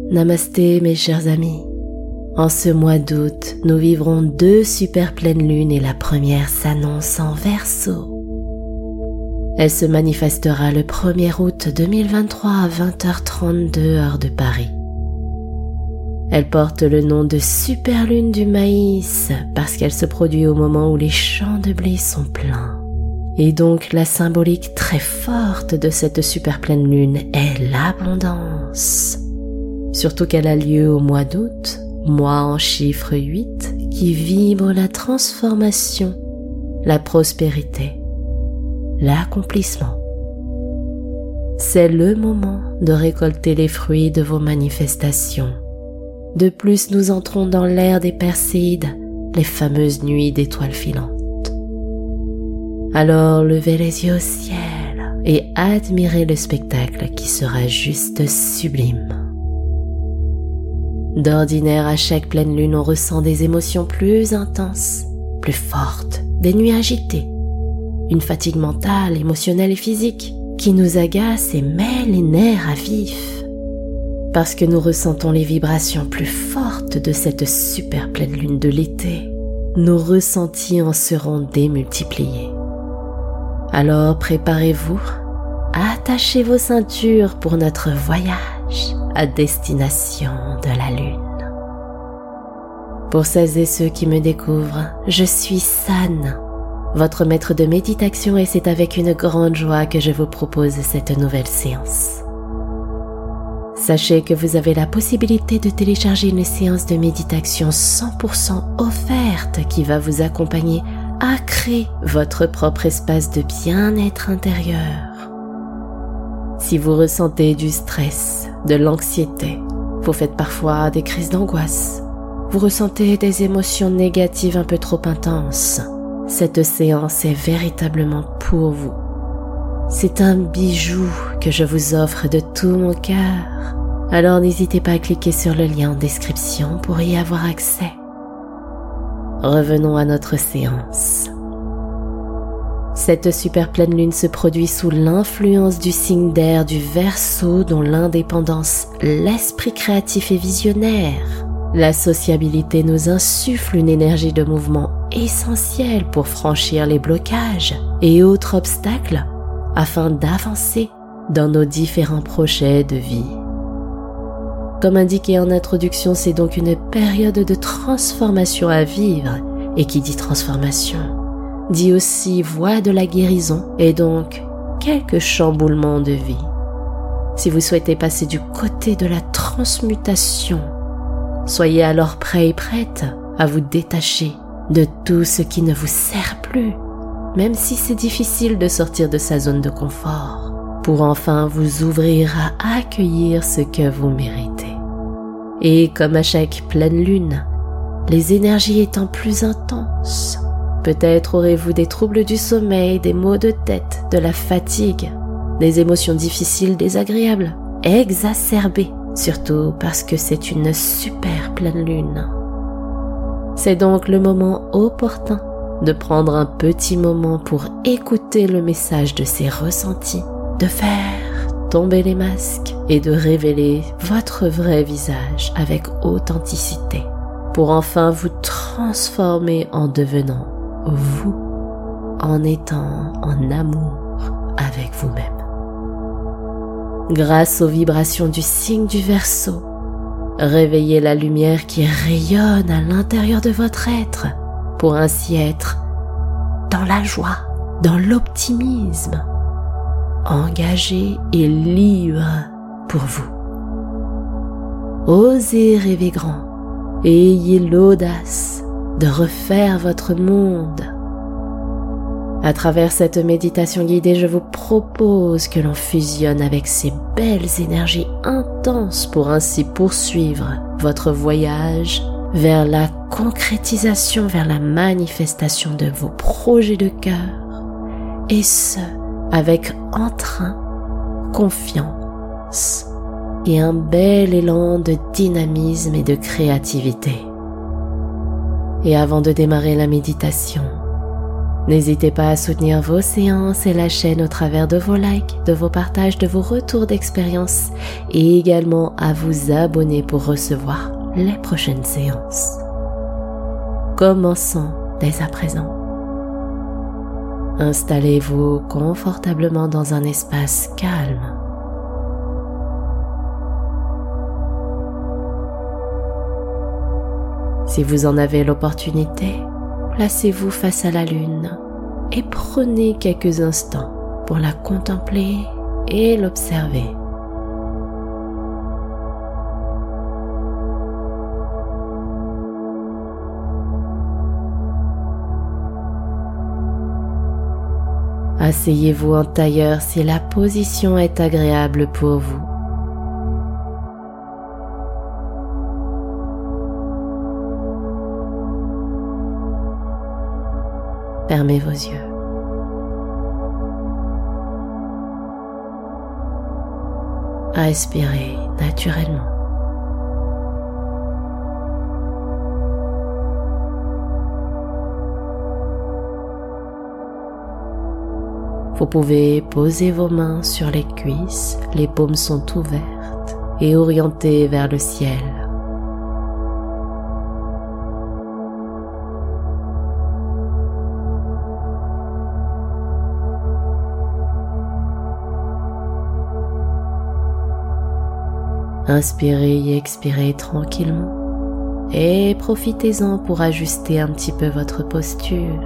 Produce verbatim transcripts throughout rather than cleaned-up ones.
Namasté mes chers amis. En ce mois d'août, nous vivrons deux super pleines lunes et la première s'annonce en Verseau. Elle se manifestera le premier août deux mille vingt-trois à vingt heures trente-deux heure de Paris. Elle porte le nom de super lune du maïs parce qu'elle se produit au moment où les champs de blé sont pleins. Et donc la symbolique très forte de cette super pleine lune est l'abondance. Surtout qu'elle a lieu au mois d'août, mois en chiffre huit, qui vibre la transformation, la prospérité, l'accomplissement. C'est le moment de récolter les fruits de vos manifestations. De plus, nous entrons dans l'ère des Perséides, les fameuses nuits d'étoiles filantes. Alors, levez les yeux au ciel et admirez le spectacle qui sera juste sublime. D'ordinaire, à chaque pleine lune, on ressent des émotions plus intenses, plus fortes, des nuits agitées, une fatigue mentale, émotionnelle et physique qui nous agace et met les nerfs à vif. Parce que nous ressentons les vibrations plus fortes de cette super pleine lune de l'été, nos ressentis en seront démultipliés. Alors préparez-vous, attachez vos ceintures pour notre voyage à destination de la Lune. Pour celles et ceux qui me découvrent, je suis San, votre maître de méditation, et c'est avec une grande joie que je vous propose cette nouvelle séance. Sachez que vous avez la possibilité de télécharger une séance de méditation cent pour cent offerte qui va vous accompagner à créer votre propre espace de bien-être intérieur. Si vous ressentez du stress, de l'anxiété, vous faites parfois des crises d'angoisse, vous ressentez des émotions négatives un peu trop intenses, cette séance est véritablement pour vous. C'est un bijou que je vous offre de tout mon cœur. Alors n'hésitez pas à cliquer sur le lien en description pour y avoir accès. Revenons à notre séance. Cette super pleine lune se produit sous l'influence du signe d'air du Verseau, dont l'indépendance, l'esprit créatif et visionnaire. La sociabilité nous insuffle une énergie de mouvement essentielle pour franchir les blocages et autres obstacles afin d'avancer dans nos différents projets de vie. Comme indiqué en introduction, c'est donc une période de transformation à vivre, et qui dit transformation dit aussi voie de la guérison et donc quelques chamboulements de vie. Si vous souhaitez passer du côté de la transmutation, soyez alors prêt et prête à vous détacher de tout ce qui ne vous sert plus, même si c'est difficile de sortir de sa zone de confort, pour enfin vous ouvrir à accueillir ce que vous méritez. Et comme à chaque pleine lune, les énergies étant plus intenses, peut-être aurez-vous des troubles du sommeil, des maux de tête, de la fatigue, des émotions difficiles, désagréables, exacerbées, surtout parce que c'est une super pleine lune. C'est donc le moment opportun de prendre un petit moment pour écouter le message de ces ressentis, de faire tomber les masques et de révéler votre vrai visage avec authenticité, pour enfin vous transformer en devenant vous, en étant en amour avec vous-même. Grâce aux vibrations du signe du Verseau, réveillez la lumière qui rayonne à l'intérieur de votre être pour ainsi être dans la joie, dans l'optimisme, engagé et libre pour vous. Osez rêver grand et ayez l'audace de refaire votre monde. À travers cette méditation guidée, je vous propose que l'on fusionne avec ces belles énergies intenses pour ainsi poursuivre votre voyage vers la concrétisation, vers la manifestation de vos projets de cœur, et ce, avec entrain, confiance et un bel élan de dynamisme et de créativité. Et avant de démarrer la méditation, N'hésitez pas à soutenir vos séances et la chaîne au travers de vos likes, de vos partages, de vos retours d'expérience et également à vous abonner pour recevoir les prochaines séances. Commençons dès à présent. Installez-vous confortablement dans un espace calme. Si vous en avez l'opportunité, placez-vous face à la lune et prenez quelques instants pour la contempler et l'observer. Asseyez-vous en tailleur si la position est agréable pour vous. Fermez vos yeux. Respirez naturellement. Vous pouvez poser vos mains sur les cuisses, les paumes sont ouvertes et orientées vers le ciel. Inspirez et expirez tranquillement et profitez-en pour ajuster un petit peu votre posture.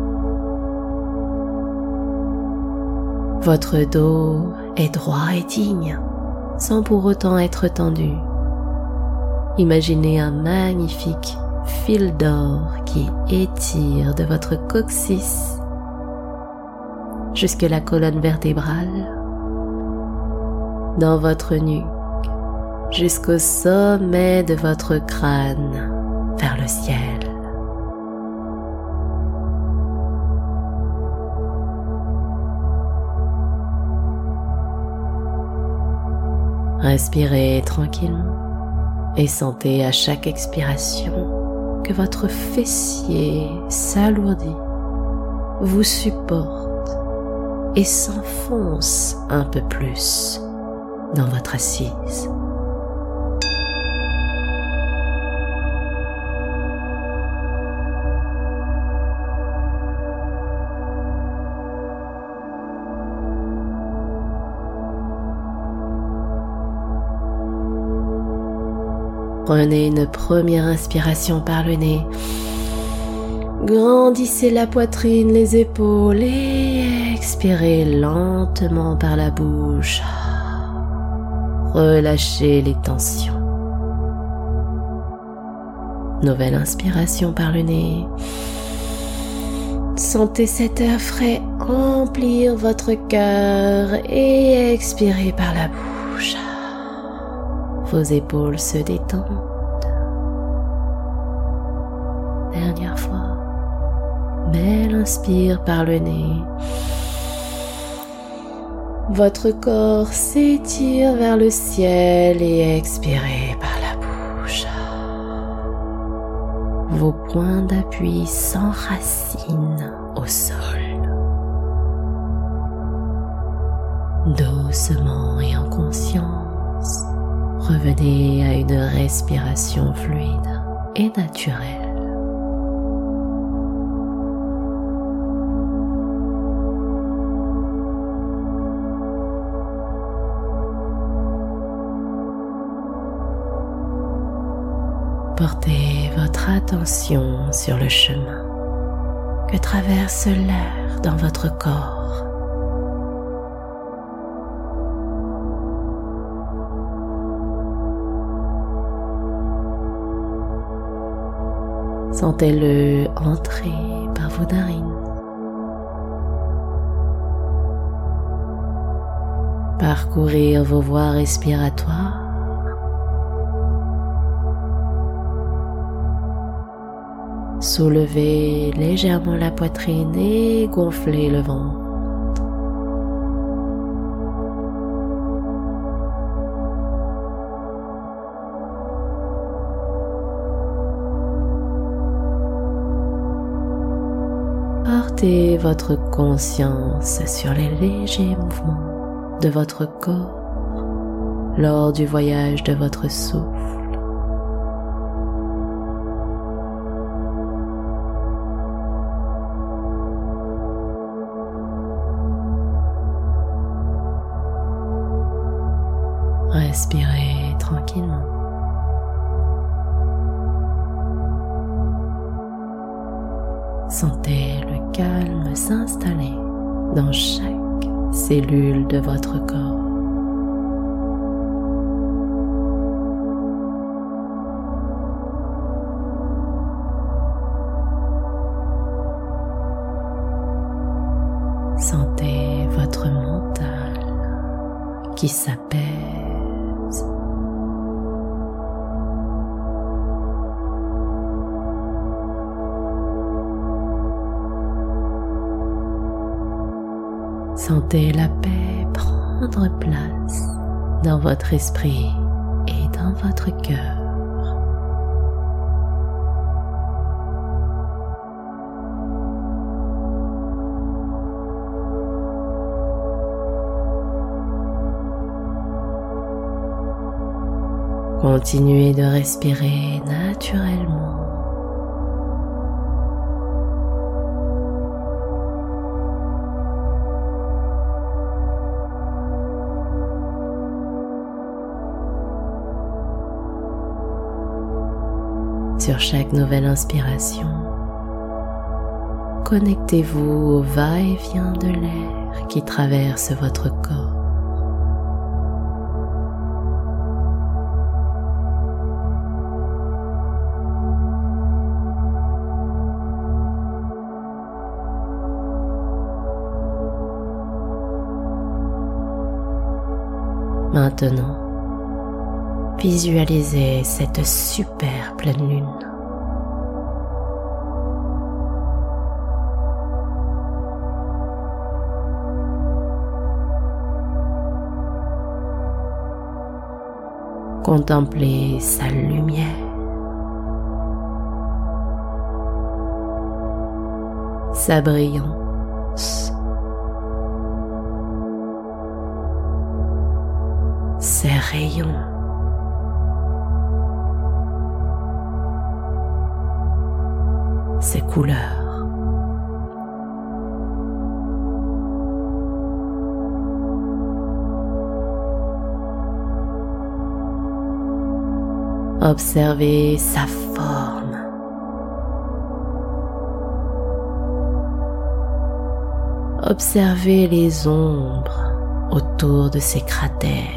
Votre dos est droit et digne, sans pour autant être tendu. Imaginez un magnifique fil d'or qui étire de votre coccyx jusque la colonne vertébrale, dans votre nuque, jusqu'au sommet de votre crâne, vers le ciel. Respirez tranquillement et sentez à chaque expiration que votre fessier s'alourdit, vous supporte et s'enfonce un peu plus dans votre assise. Prenez une première inspiration par le nez. Grandissez la poitrine, les épaules et expirez lentement par la bouche. Relâchez les tensions. Nouvelle inspiration par le nez. Sentez cet air frais emplir votre cœur et expirez par la bouche. Vos épaules se détendent. Dernière fois. Belle inspire par le nez. Votre corps s'étire vers le ciel et expirez par la bouche. Vos points d'appui s'enracinent au sol. Doucement et en conscience, revenez à une respiration fluide et naturelle. Portez votre attention sur le chemin que traverse l'air dans votre corps. Sentez-le entrer par vos narines, parcourir vos voies respiratoires, soulevez légèrement la poitrine et gonflez le ventre. Portez votre conscience sur les légers mouvements de votre corps lors du voyage de votre souffle. Respirez tranquillement. Sentez le calme s'installer dans chaque cellule de votre corps. Sentez votre mental qui s'apaise. Sentez la paix prendre place dans votre esprit et dans votre cœur. Continuez de respirer naturellement. Sur chaque nouvelle inspiration, connectez-vous au va-et-vient de l'air qui traverse votre corps. Maintenant, visualisez cette super pleine lune. Contemplez sa lumière. Sa brillance. Ses rayons. Ses couleurs. Observez sa forme. Observez les ombres autour de ses cratères.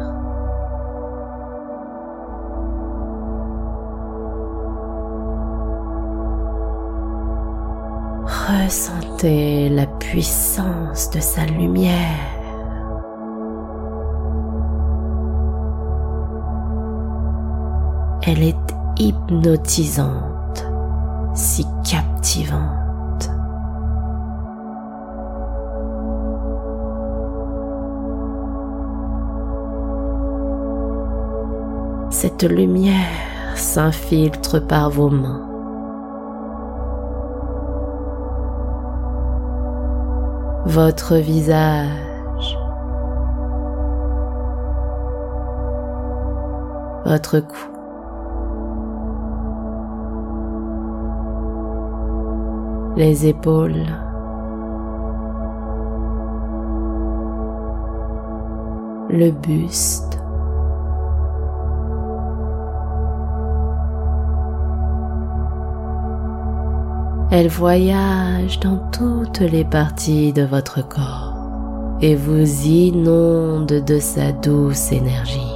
Ressentez la puissance de sa lumière. Elle est hypnotisante, si captivante. Cette lumière s'infiltre par vos mains. Votre visage, votre cou, les épaules, le buste, elle voyage dans toutes les parties de votre corps et vous inonde de sa douce énergie.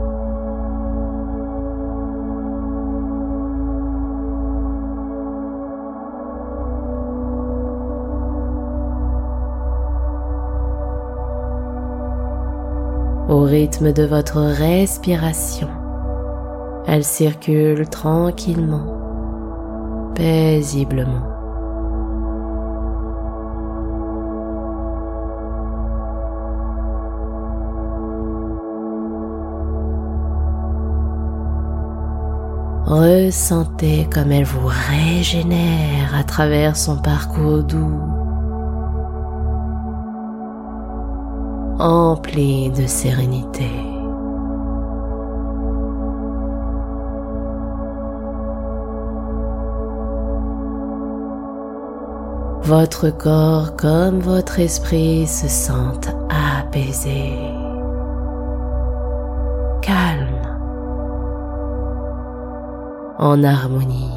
Au rythme de votre respiration, elle circule tranquillement, paisiblement. Ressentez comme elle vous régénère à travers son parcours doux empli de sérénité. Votre corps comme votre esprit se sentent apaisés, calmes, en harmonie.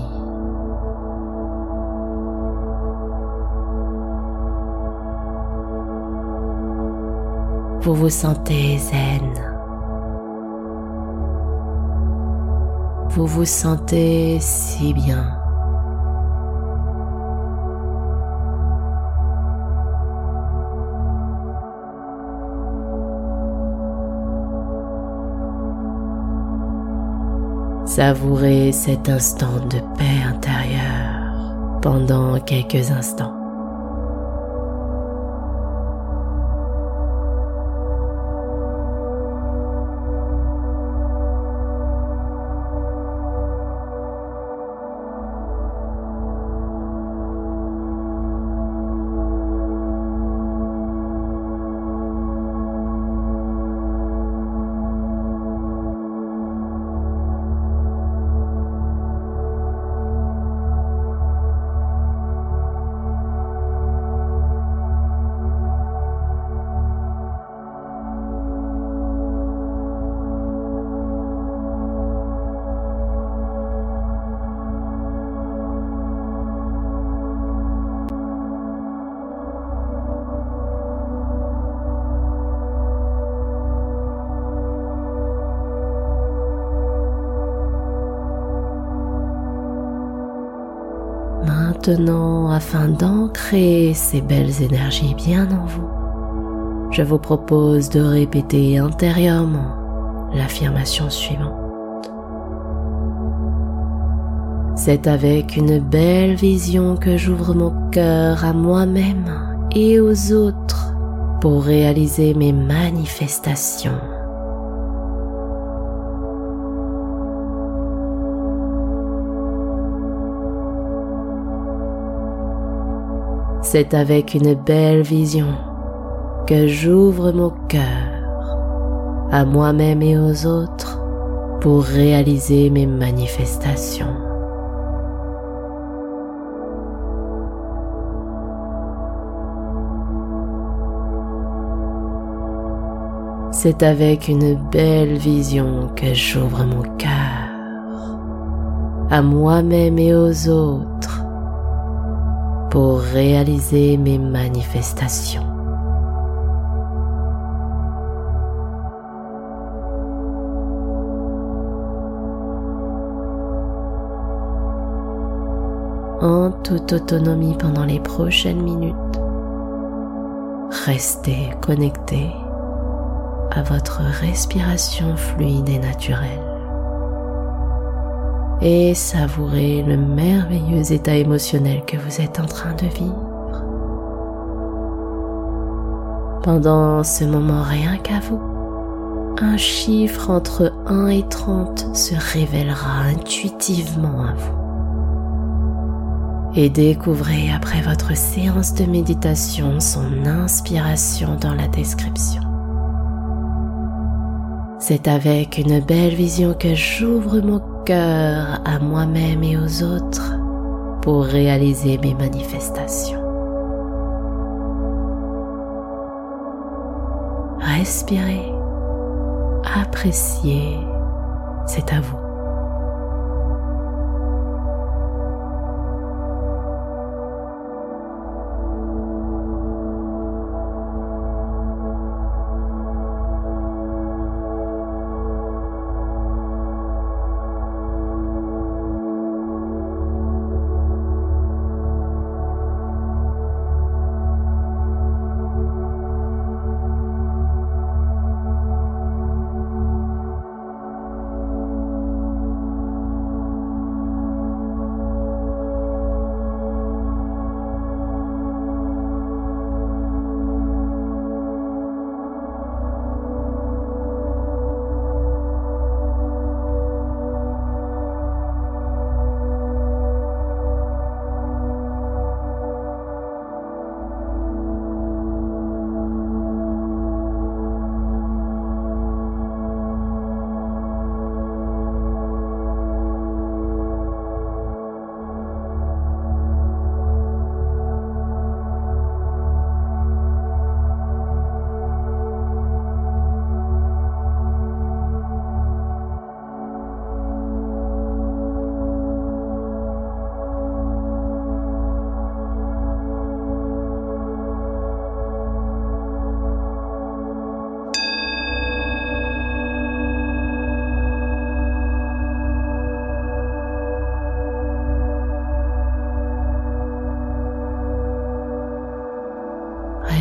Vous vous sentez zen. Vous vous sentez si bien. Savourez cet instant de paix intérieure pendant quelques instants. Maintenant, afin d'ancrer ces belles énergies bien en vous, je vous propose de répéter intérieurement l'affirmation suivante. C'est avec une belle vision que j'ouvre mon cœur à moi-même et aux autres pour réaliser mes manifestations. C'est avec une belle vision que j'ouvre mon cœur à moi-même et aux autres pour réaliser mes manifestations. C'est avec une belle vision que j'ouvre mon cœur à moi-même et aux autres pour réaliser mes manifestations. En toute autonomie pendant les prochaines minutes, restez connectés à votre respiration fluide et naturelle et savourez le merveilleux état émotionnel que vous êtes en train de vivre. Pendant ce moment rien qu'à vous, un chiffre entre un et trente se révélera intuitivement à vous. Et découvrez après votre séance de méditation son inspiration dans la description. C'est avec une belle vision que j'ouvre mon cœur à moi-même et aux autres pour réaliser mes manifestations. Respirez, appréciez, c'est à vous.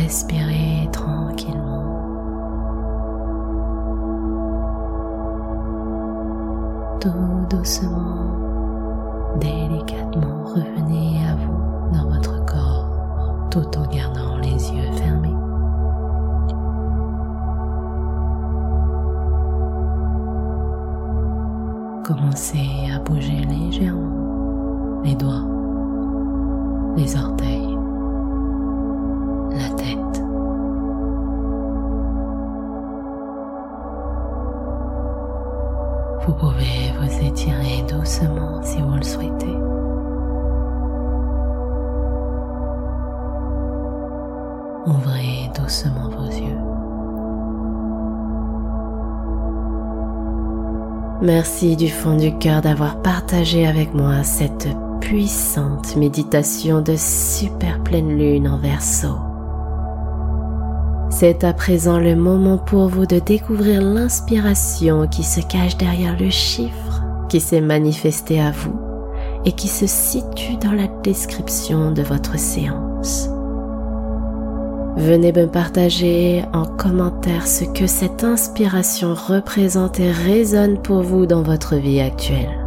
respirez tranquillement. Tout doucement, délicatement, revenez à vous dans votre corps, tout en gardant les yeux fermés. Commencez à bouger légèrement les doigts, les orteils, la tête. Vous pouvez vous étirer doucement si vous le souhaitez. Ouvrez doucement vos yeux. Merci du fond du cœur d'avoir partagé avec moi cette puissante méditation de super pleine lune en Verseau. C'est à présent le moment pour vous de découvrir l'inspiration qui se cache derrière le chiffre qui s'est manifesté à vous et qui se situe dans la description de votre séance. Venez me partager en commentaire ce que cette inspiration représente et résonne pour vous dans votre vie actuelle.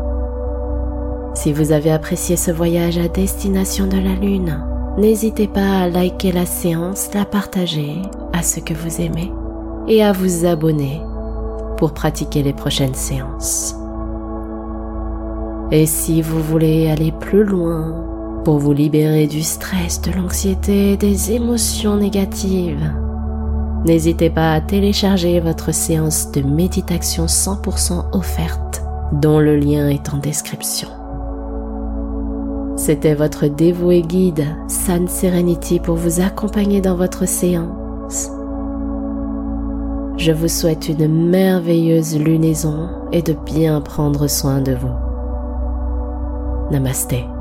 Si vous avez apprécié ce voyage à destination de la Lune, n'hésitez pas à liker la séance, la partager à ceux que vous aimez et à vous abonner pour pratiquer les prochaines séances. Et si vous voulez aller plus loin, pour vous libérer du stress, de l'anxiété et des émotions négatives, n'hésitez pas à télécharger votre séance de méditation cent pour cent offerte, dont le lien est en description. C'était votre dévoué guide, San Serenity, pour vous accompagner dans votre séance. Je vous souhaite une merveilleuse lunaison et de bien prendre soin de vous. Namasté.